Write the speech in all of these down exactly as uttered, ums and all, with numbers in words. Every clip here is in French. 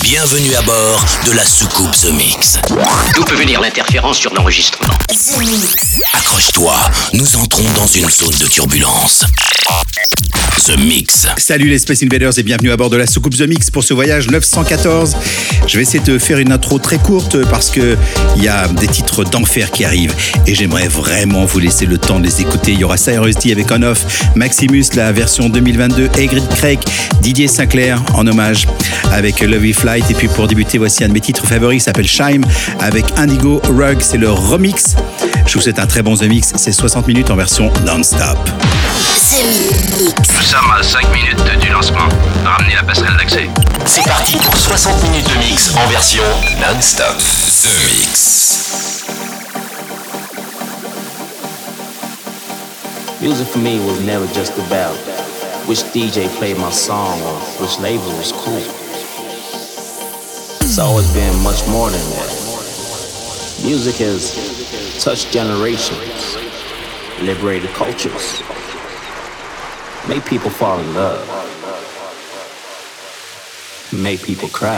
Bienvenue à bord de la soucoupe The Mix. D'où peut venir l'interférence sur l'enregistrement? The Mix. Accroche-toi, nous entrons dans une zone de turbulence. The Mix. Salut les Space Invaders et bienvenue à bord de la soucoupe The Mix pour ce voyage neuf cent quatorze. Je vais essayer de faire une intro très courte parce que il y a des titres d'enfer qui arrivent et j'aimerais vraiment vous laisser le temps de les écouter. Il y aura Cyrus D avec On Off, Maximus la version deux mille vingt-deux, Egrid Craig, Didier Sinclair en hommage avec Lovely Flight. Et puis pour débuter, voici un de mes titres favoris qui s'appelle Shime avec Indigo Rug, c'est le remix. Je vous souhaite un très bon The Mix, c'est soixante minutes en version non-stop. The Mix. Nous sommes à cinq minutes du lancement. Ramenez la passerelle d'accès. C'est parti pour soixante minutes de mix en version non-stop. The Mix. Music for me was never just about which D J played my song or which label was cool. It's always been much more than that. Music has touched generations, liberated cultures, made people fall in love, made people cry.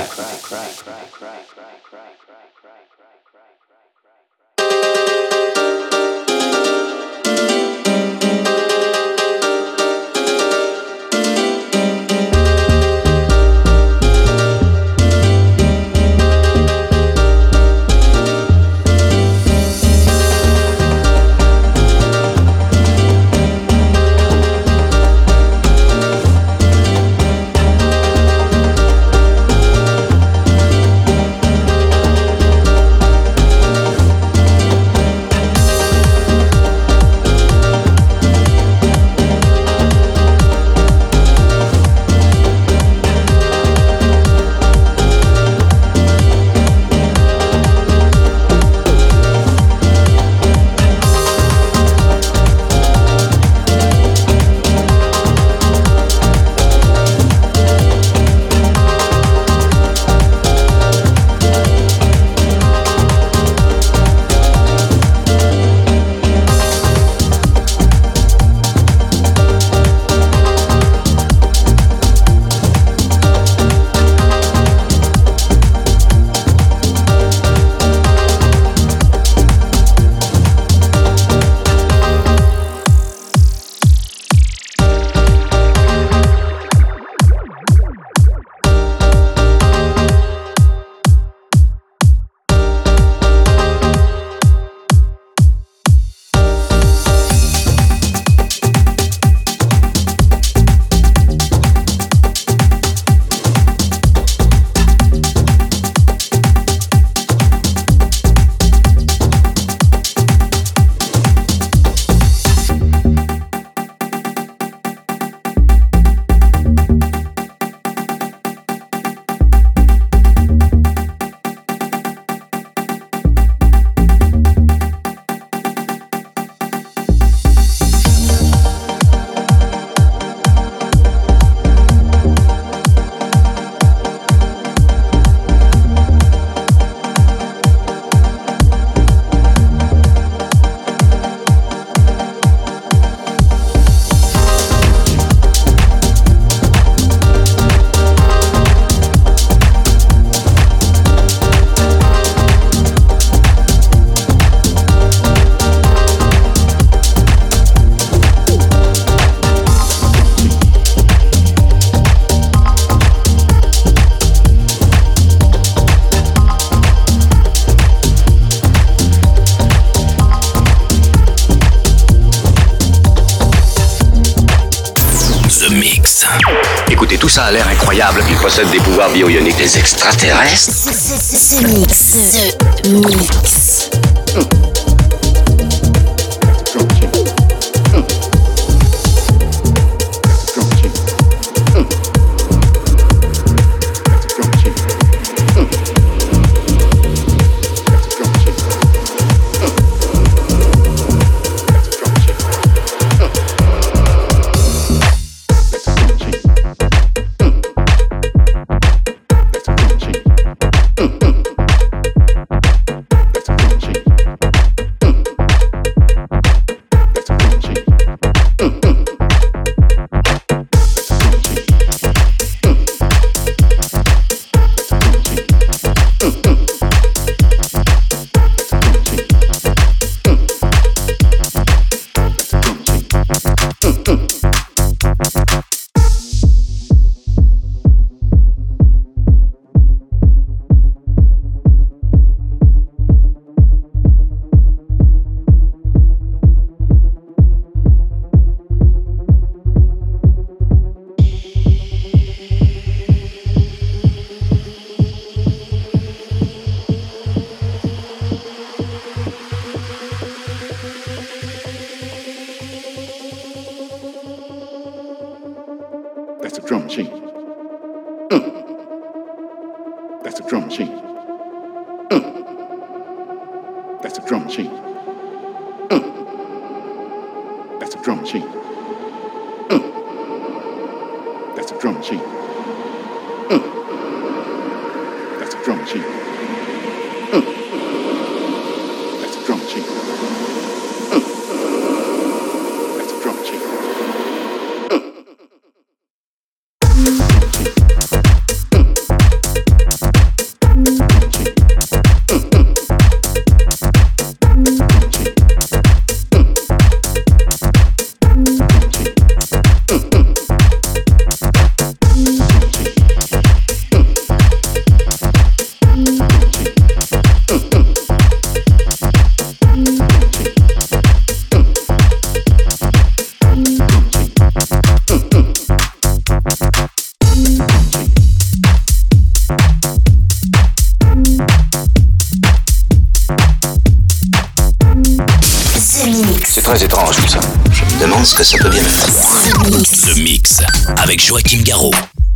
Écoutez, tout ça a l'air incroyable. Ils possèdent des pouvoirs bio-ioniques. Des extraterrestres? The Mix. The Mix. That's a drum machine. Uh. That's a drum machine. Uh. That's a drum machine. Uh. That's a drum machine. Uh. That's a drum machine. Uh. That's a drum machine. Uh. That's a drum machine. Uh. Très étrange tout ça. Je me demande ce que ça peut bien être. The Mix avec Joachim Garraud.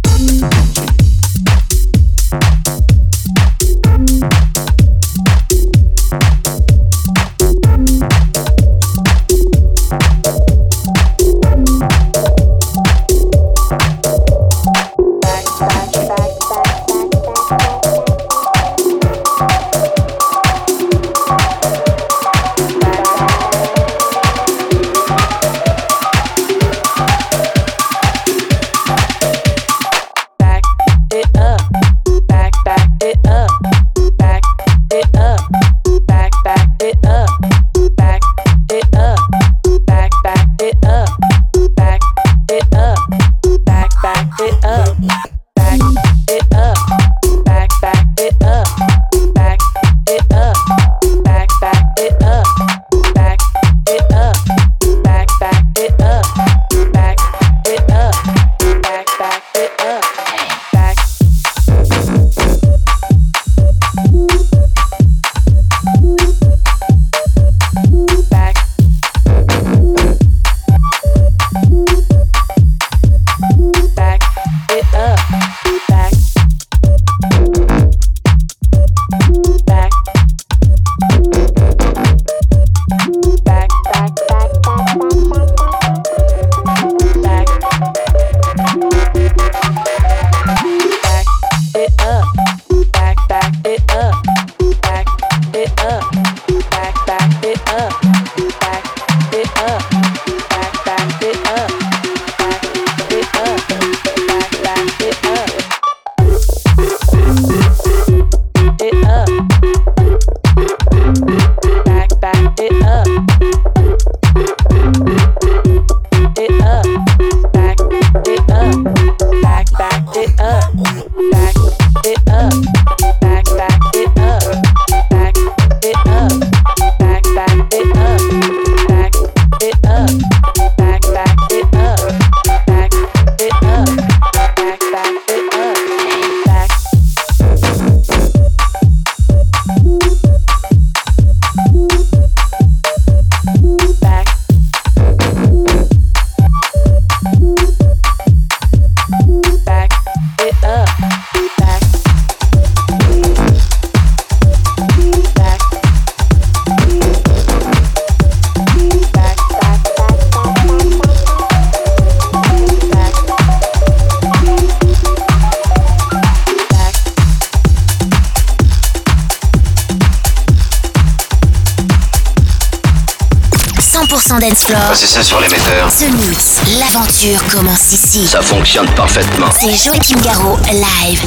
Dance Floor. Passez ça sur l'émetteur. The Mix, l'aventure commence ici. Ça fonctionne parfaitement. C'est Joachim Garraud live.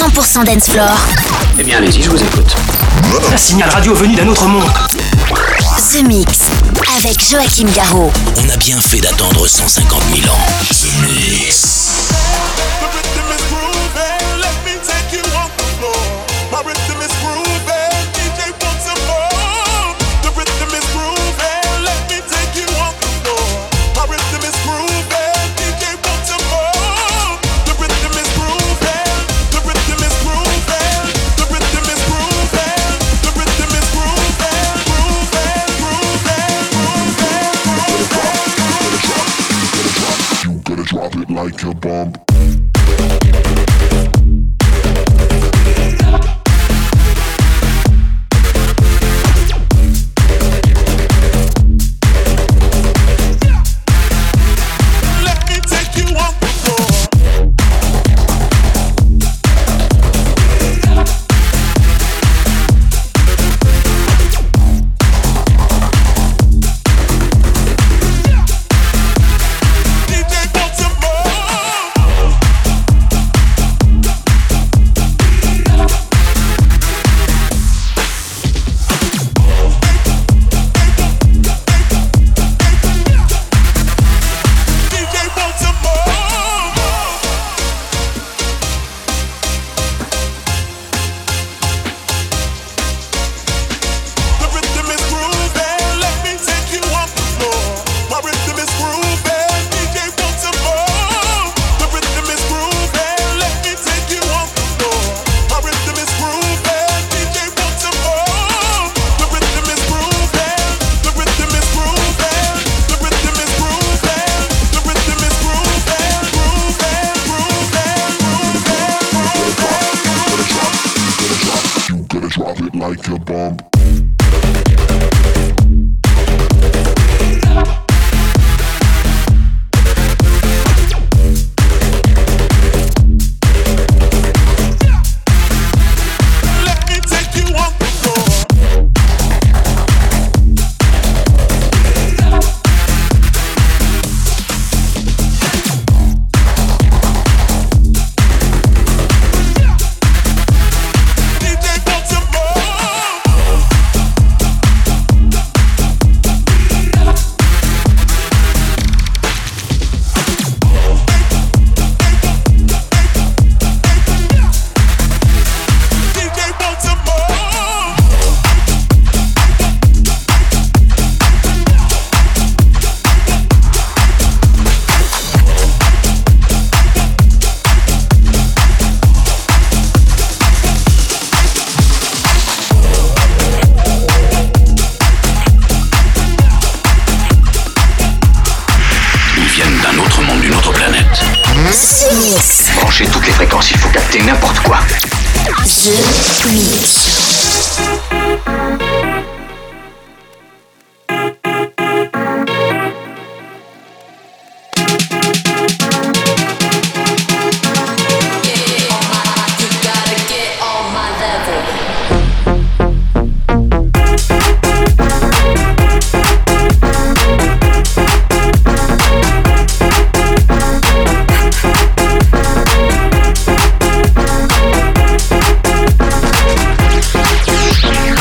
cent pour cent Dance Floor. Eh bien, allez-y, je vous écoute. Un signal radio venu d'un autre monde. The Mix avec Joachim Garraud. On a bien fait d'attendre cent cinquante mille ans. The Mix. Drop it like a bomb. Like a bomb. Branchez toutes les fréquences, il faut capter n'importe quoi. The Mix. Yeah.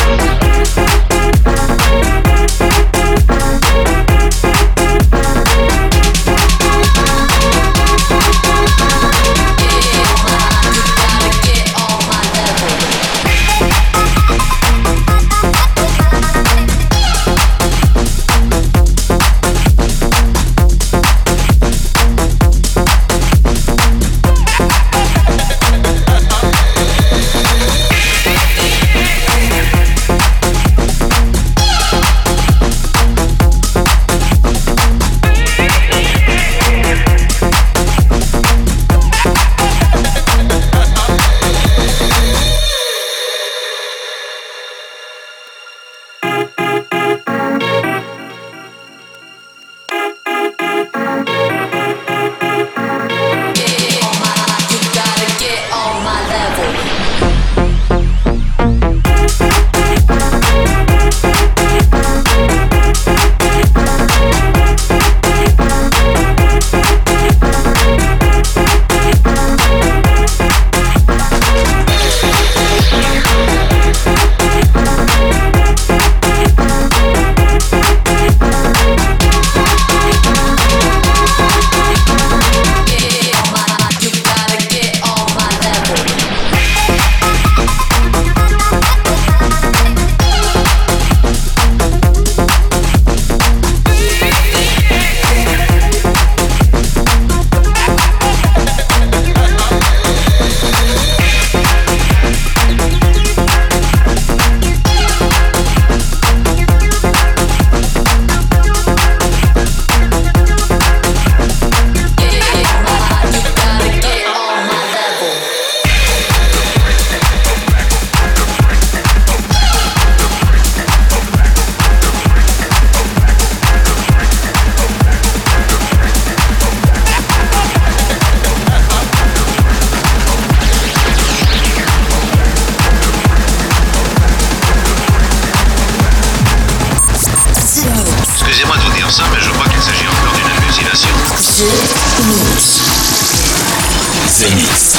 The Mix.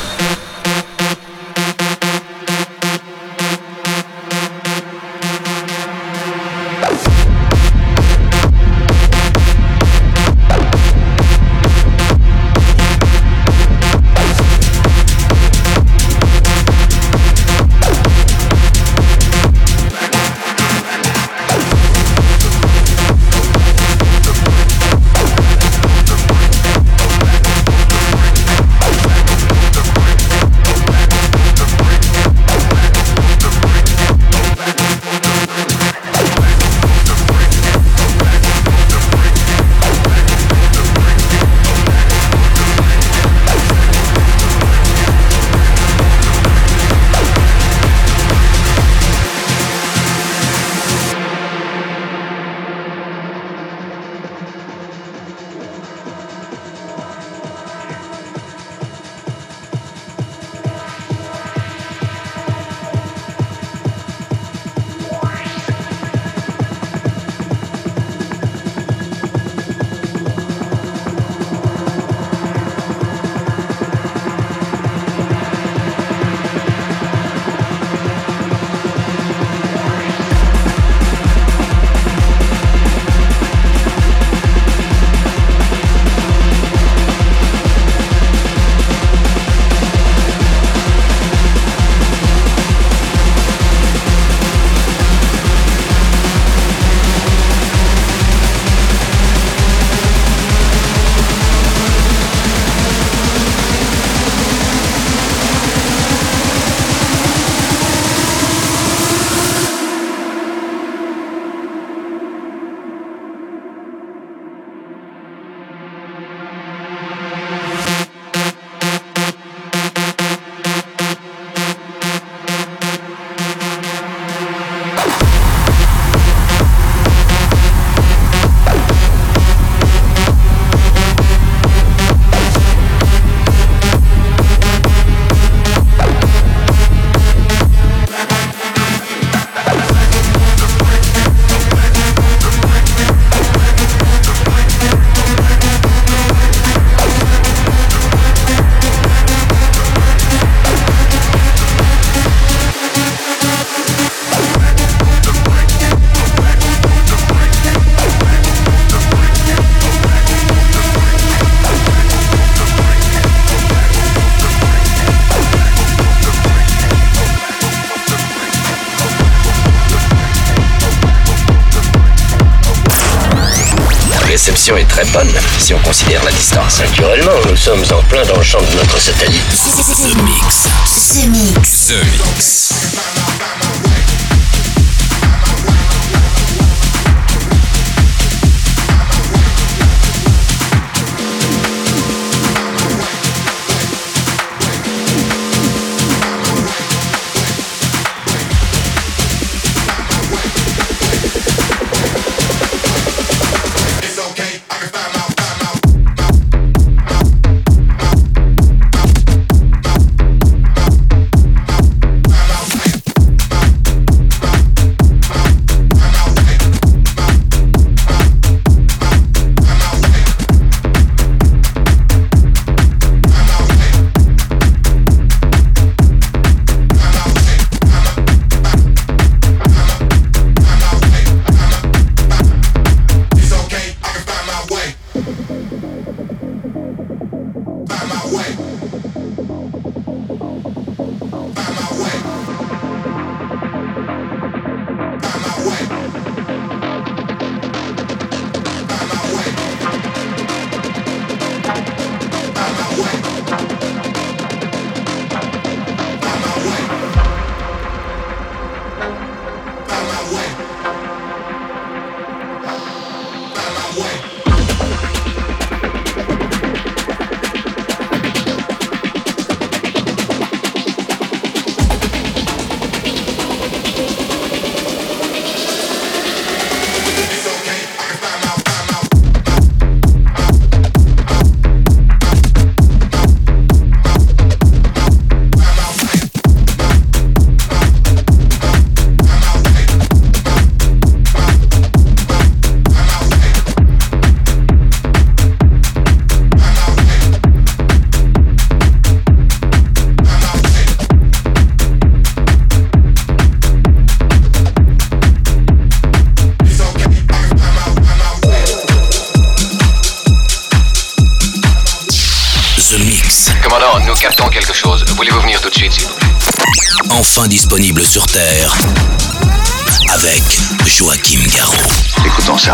Est très bonne si on considère la distance. Naturellement, nous sommes en plein dans le champ de notre satellite. The Mix. The Mix. The Mix. Commandant, nous captons quelque chose. Voulez-vous venir tout de suite, s'il vous plaît? Enfin disponible sur Terre, avec Joachim Garraud. Écoutons ça.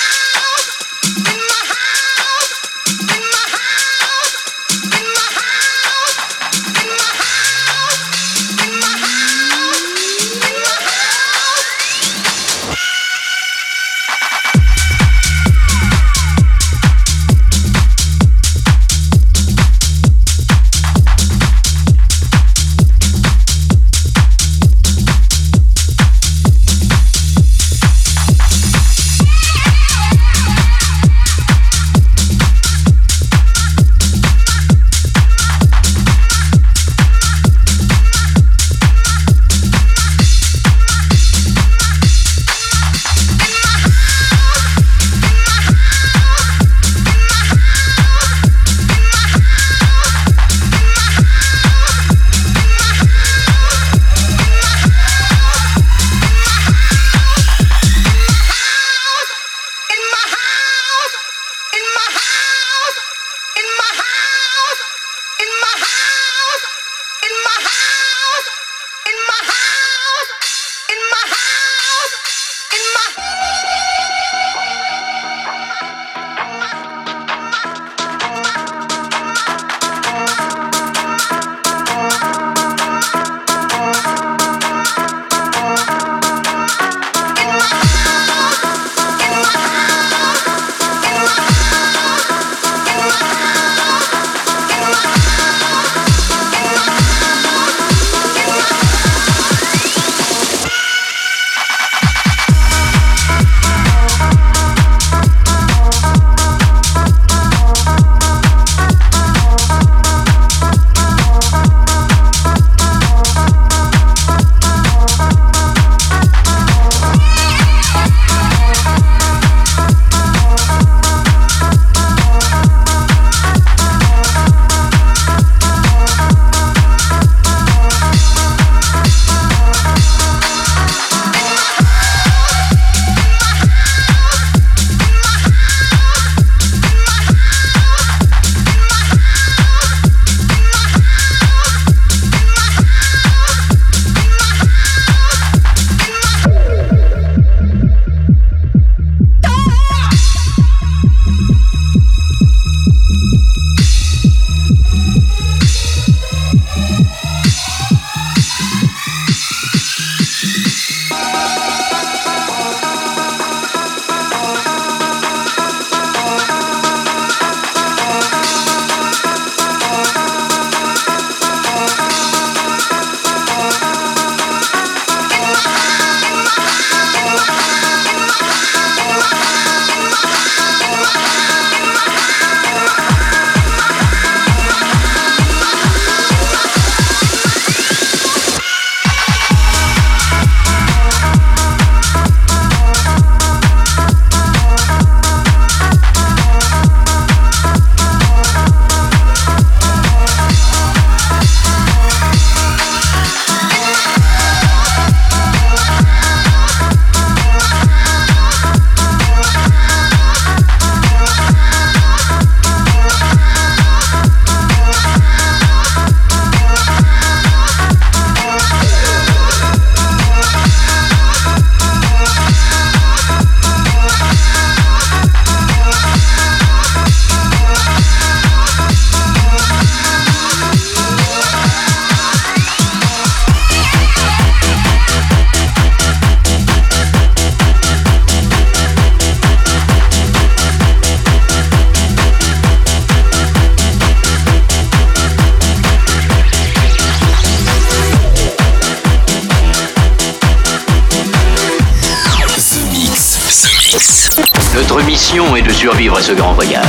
Notre mission est de survivre à ce grand voyage.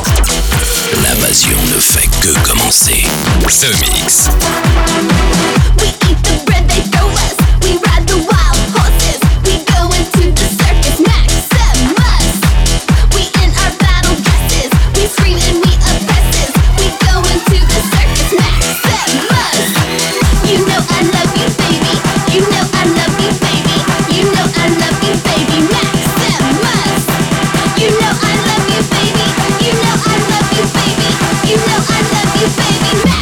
L'invasion ne fait que commencer. The Mix. We eat the bread they throw us. We ride the wild horses. We go into the circus Maximus. We in our battle dresses. We scream and we oppress. We go into the circus Maximus. You know I love you, baby. You know I love you, baby. You know I love you, baby. Maximus. You know I love you, baby. You know I love you, baby. You know I love you, baby.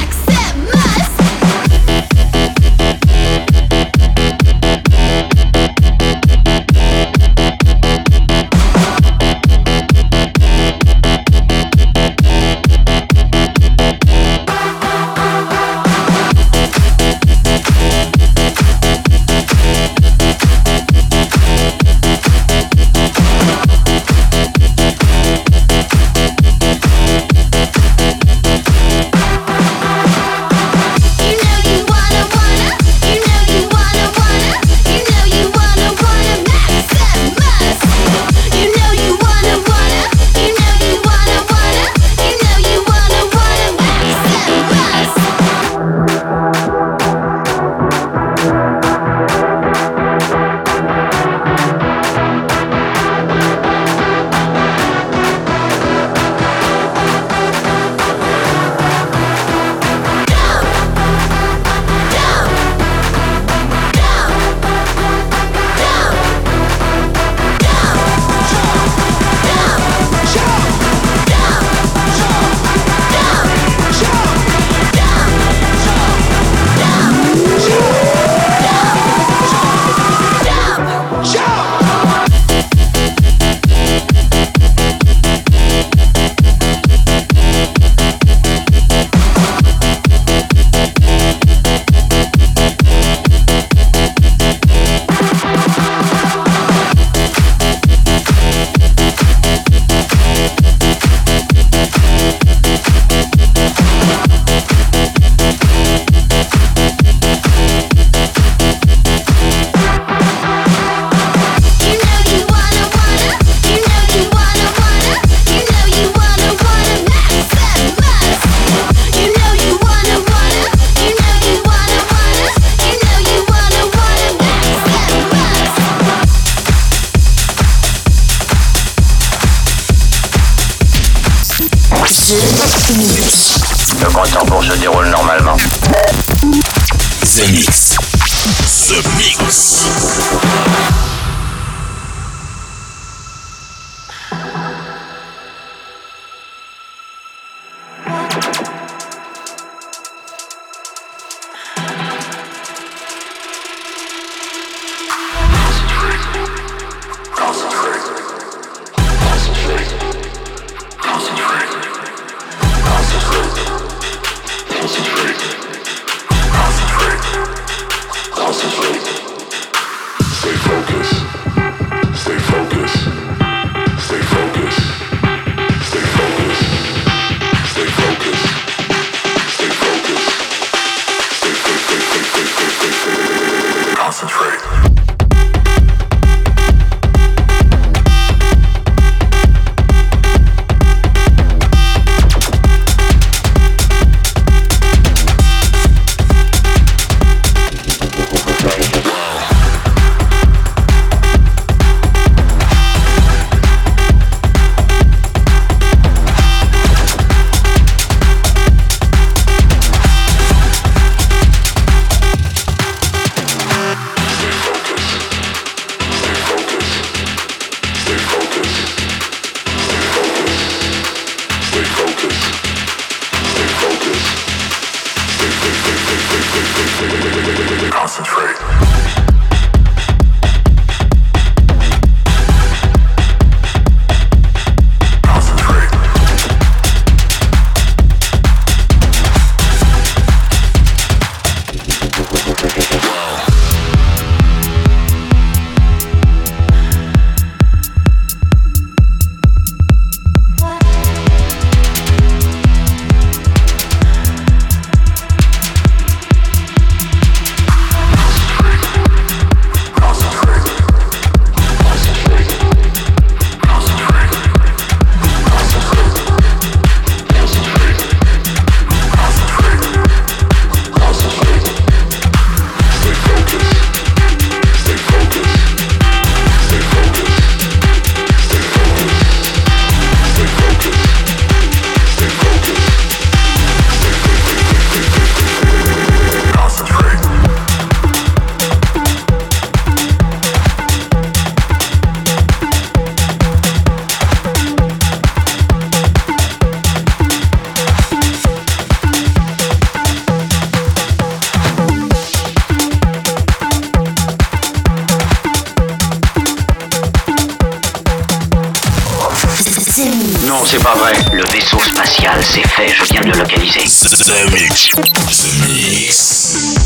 c'est pas vrai. Le vaisseau spatial, c'est fait, je viens de le localiser. The Mix. The Mix.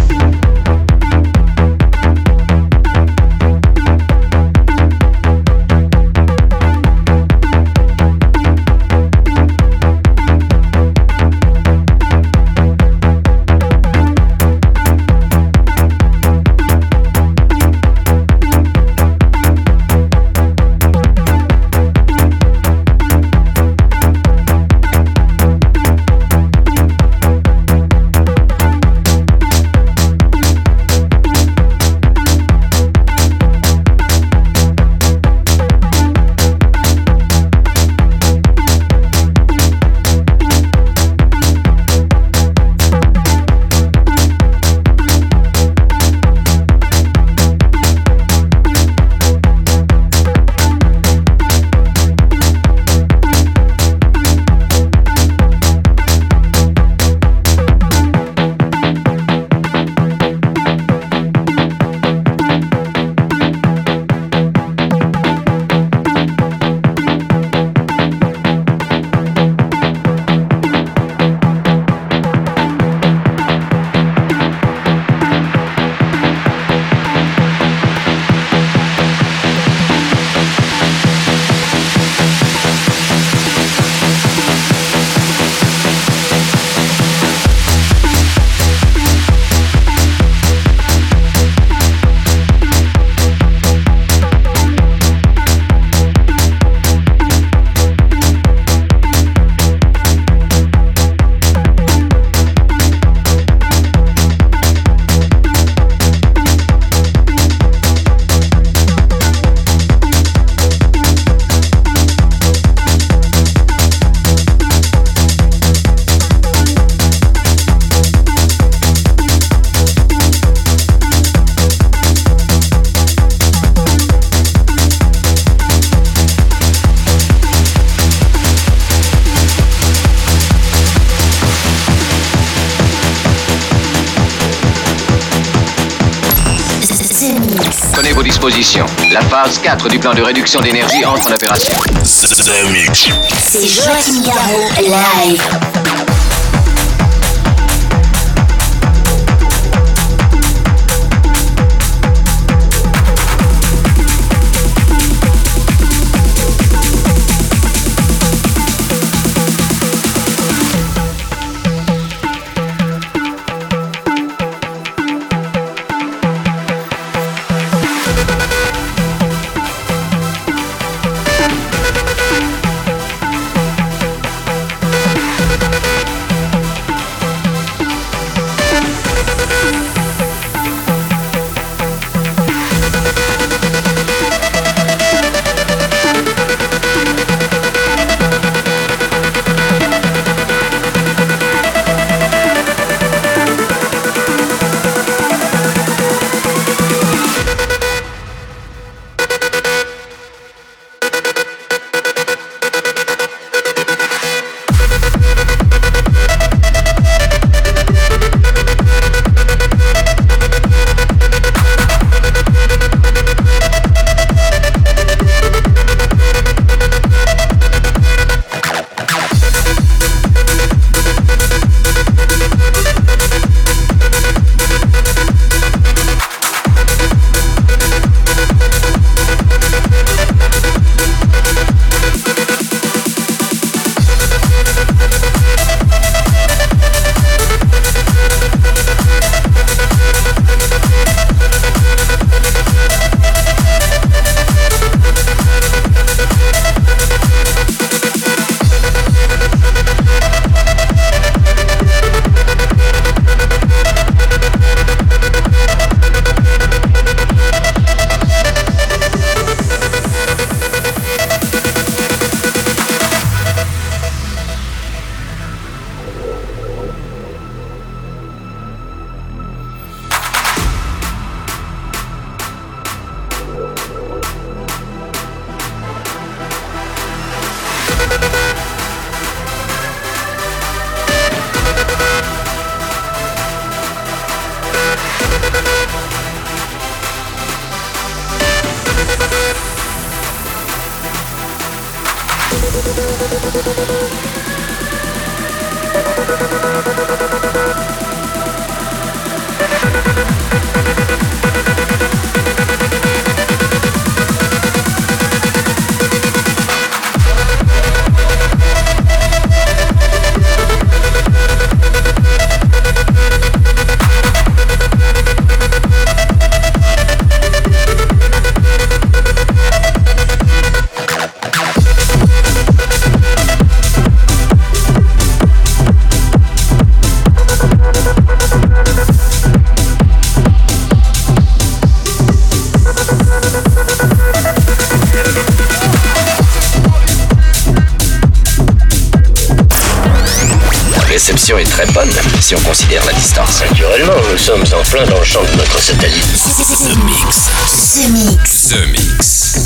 Prenez vos dispositions. La phase quatre du plan de réduction d'énergie entre en opération. The Mix. C'est Joachim Garraud live. We'll be right back. si on considère la distance. Naturellement, nous sommes en plein dans le champ de notre satellite. The Mix. The Mix. The Mix.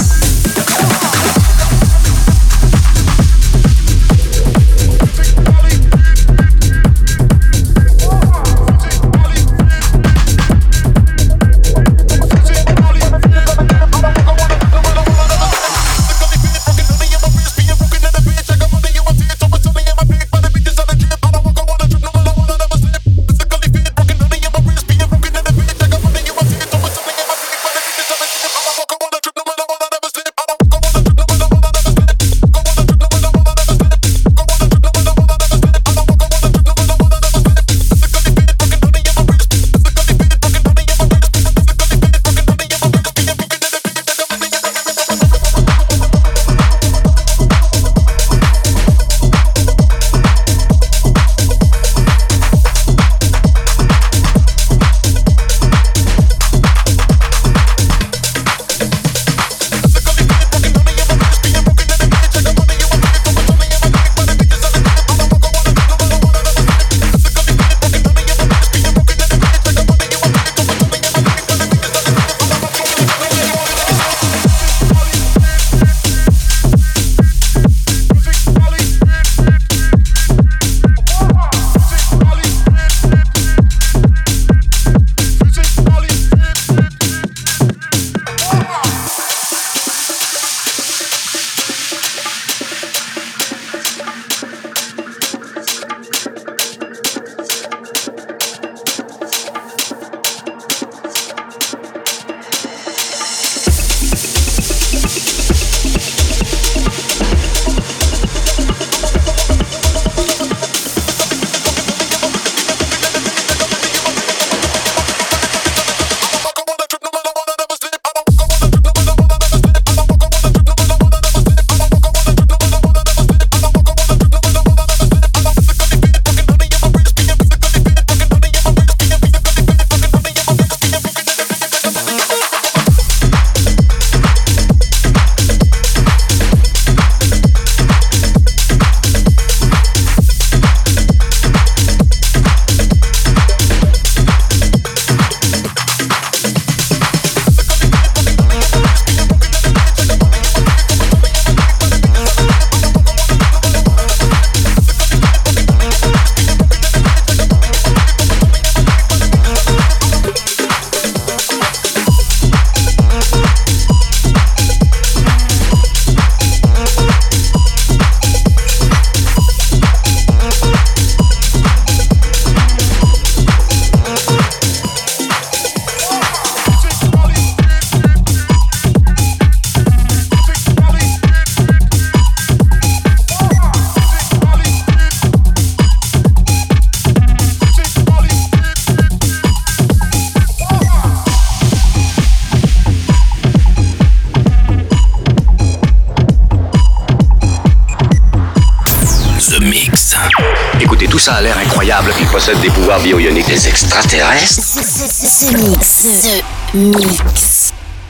Écoutez, tout ça a l'air incroyable. Il possède des pouvoirs bio-ioniques. Des extraterrestres. The Mix. The Mix.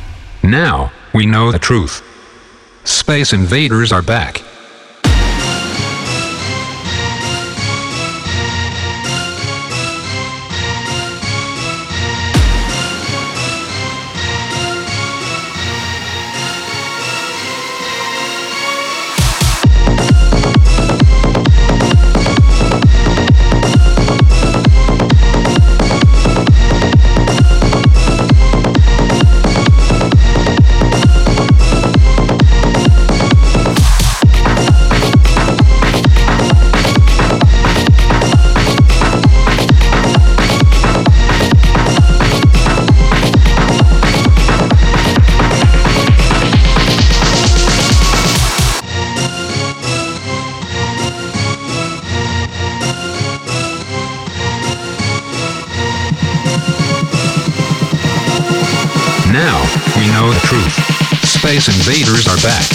Now we know the truth. Space invaders are back. Now we know the truth. Space invaders are back.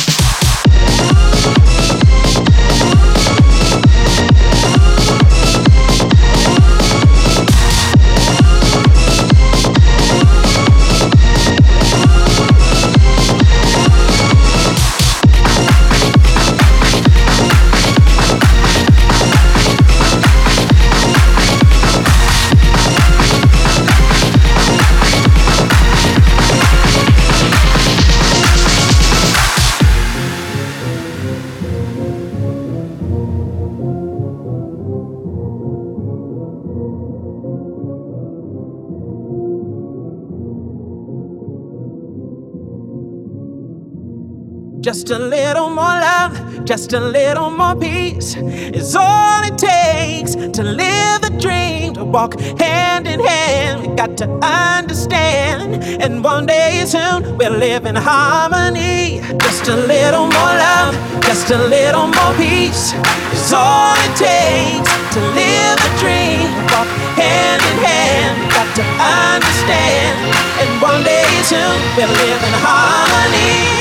Just a little more love, just a little more peace is all it takes to live the dream, to walk hand in hand. We got to understand, and one day soon we'll live in harmony. Just a little more love, just a little more peace is all it takes to live the dream, walk hand in hand. We got to understand, and one day soon we'll live in harmony.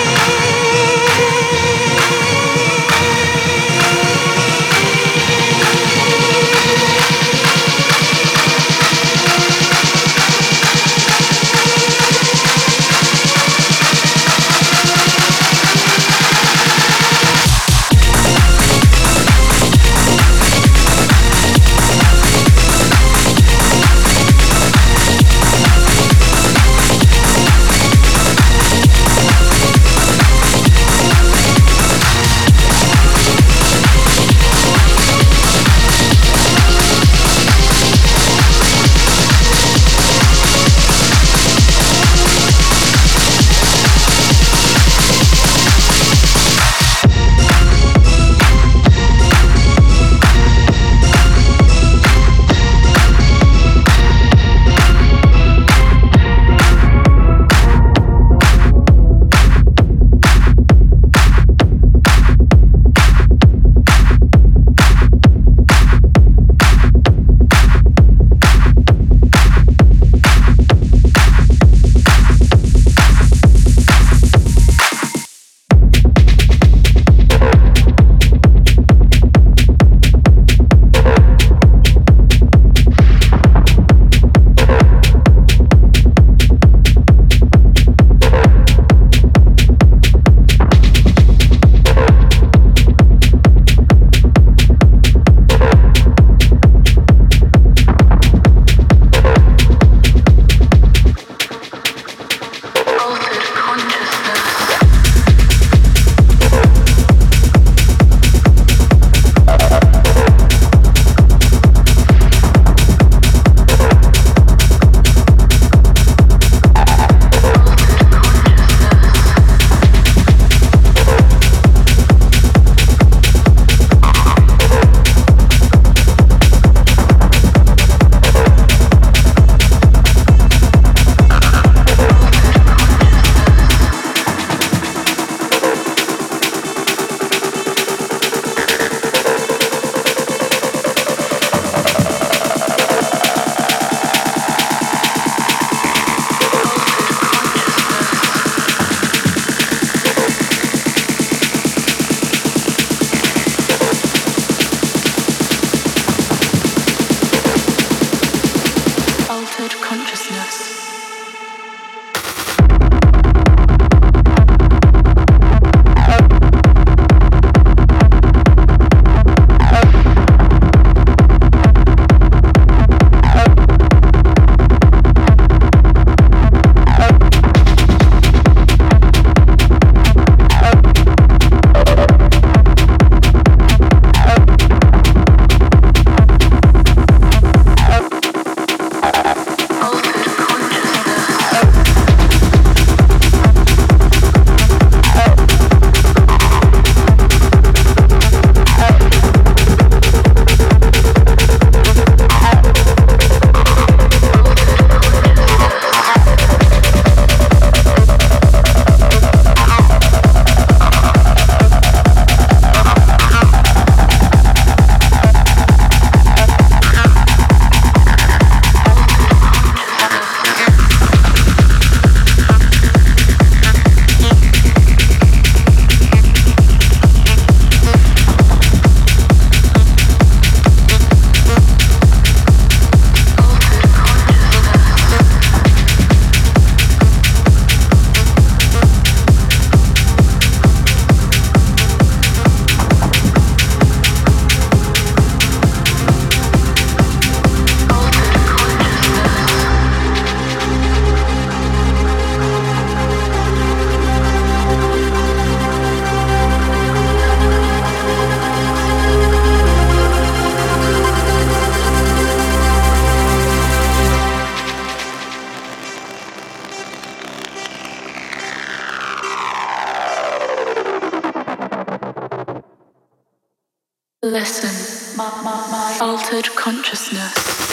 Listen, my, my, my altered consciousness.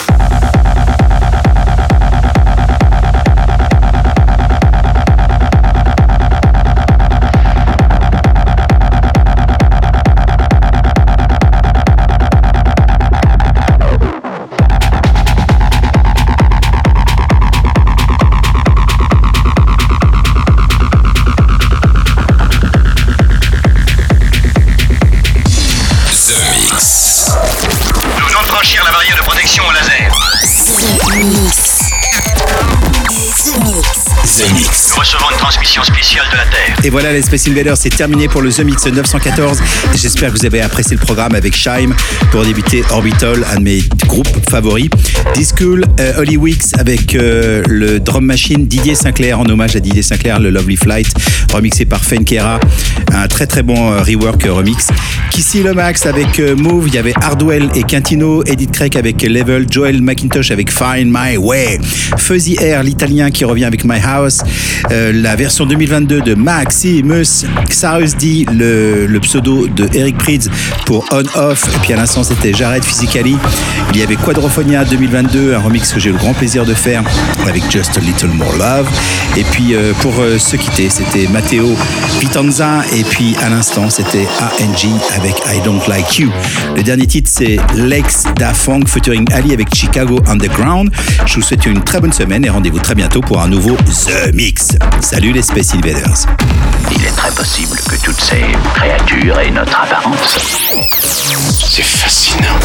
La barrière de protection au laser. The Mix. The Mix. The Mix. Nous recevons une transmission spéciale de la Terre. Et voilà, les Space Invaders, c'est terminé pour le The Mix neuf cent quatorze. J'espère que vous avez apprécié le programme avec Shime pour débuter Orbital, un de mes groupes favoris. D-School, euh, Holly Weeks avec euh, le drum machine Didier Sinclair, en hommage à Didier Sinclair, le Lovely Flight, remixé par Fenkera. Un très très bon euh, rework euh, remix. Kissy Lomax avec euh, Move, il y avait Hardwell et Quintino, Edith Craig avec Level, Joel McIntosh avec Find My Way, Fuzzy Air, l'italien qui revient avec My House, euh, la version deux mille vingt-deux de Maximus, Cyrus D, le, le pseudo de Eric Prydz pour On Off, et puis à l'instant c'était Jared Physically. Il y avait Quadrophonia deux mille vingt-deux, un remix que j'ai eu le grand plaisir de faire avec Just a Little More Love. Et puis euh, pour euh, se quitter, c'était Matteo Vitanza, et puis à l'instant c'était A N G avec I Don't Like You. Le dernier titre c'est Lex Da Funk featuring Ali avec Chicago Underground. Je vous souhaite une très bonne semaine et rendez-vous très bientôt pour un nouveau The Mix. Salut les Space Invaders. Il est très possible que toutes ces créatures aient notre apparence. C'est fascinant.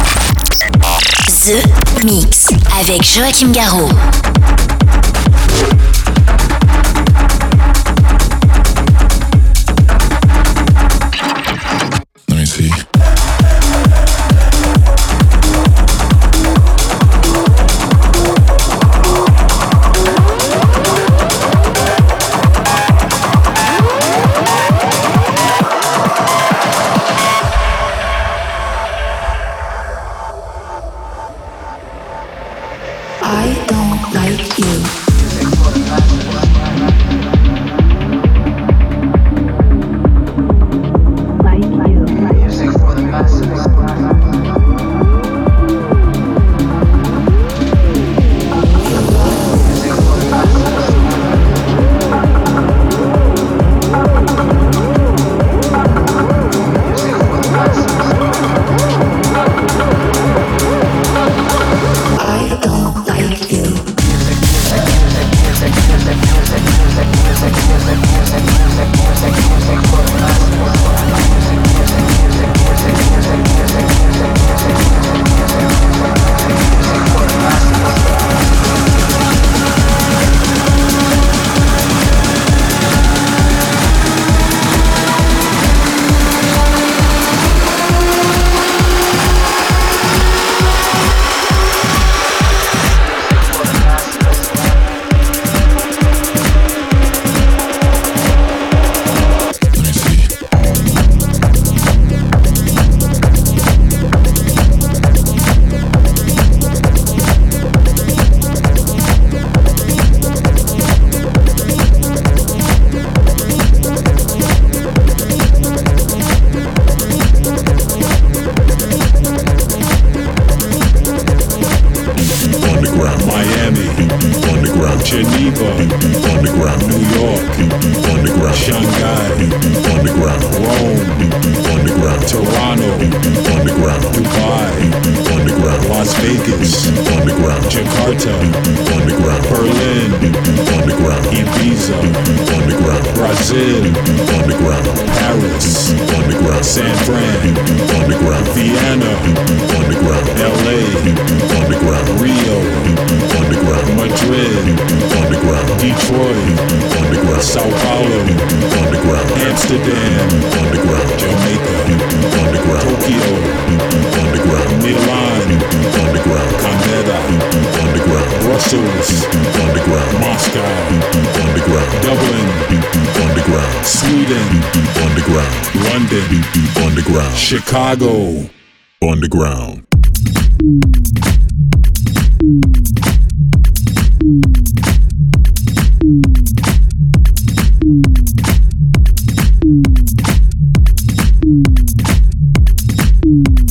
The Mix avec Joachim Garraud. Let me see. I don't like you. Chicago Underground. Thank you.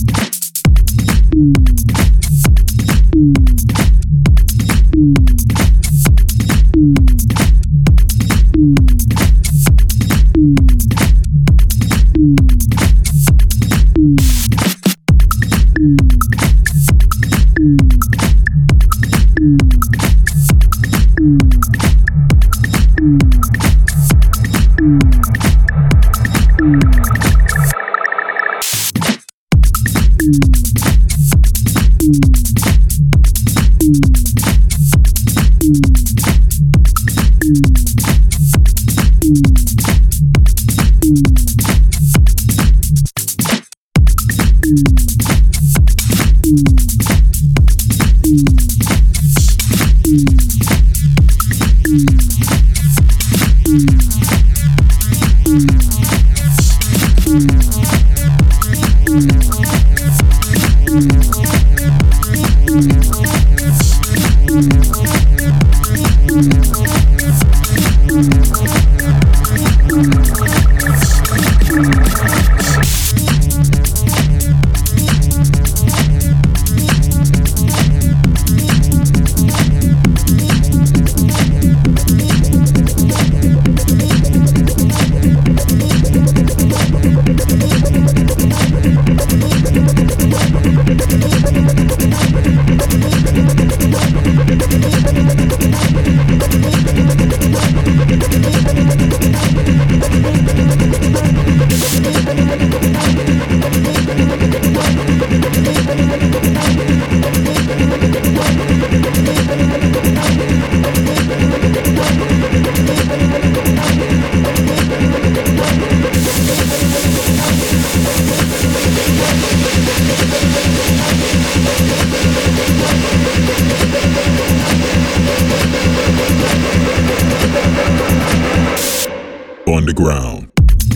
Underground.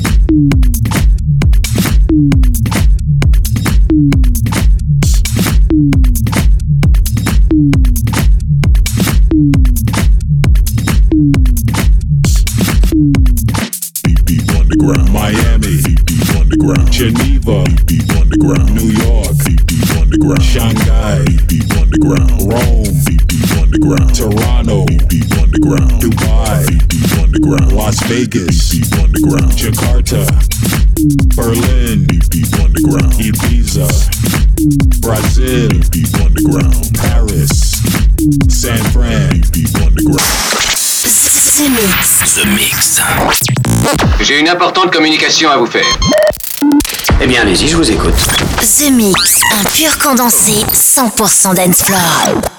Deep, deep underground. Miami. Deep, deep underground. Geneva. Deep, deep underground. New York. Deep, deep underground. Shanghai. Deep, deep underground. Rome. Deep, deep underground. Toronto. Deep, deep underground. Dubai. Deep, deep underground. Las Vegas. Deep, deep underground. Jakarta. Berlin. Deep, deep underground. Ibiza. Brazil. Deep, deep underground. Paris. San Fran. Deep, deep underground. The Mix. The Mix. J'ai une importante communication à vous faire. Eh bien, allez-y, je vous écoute. The Mix, un pur condensé cent pour cent dance floor.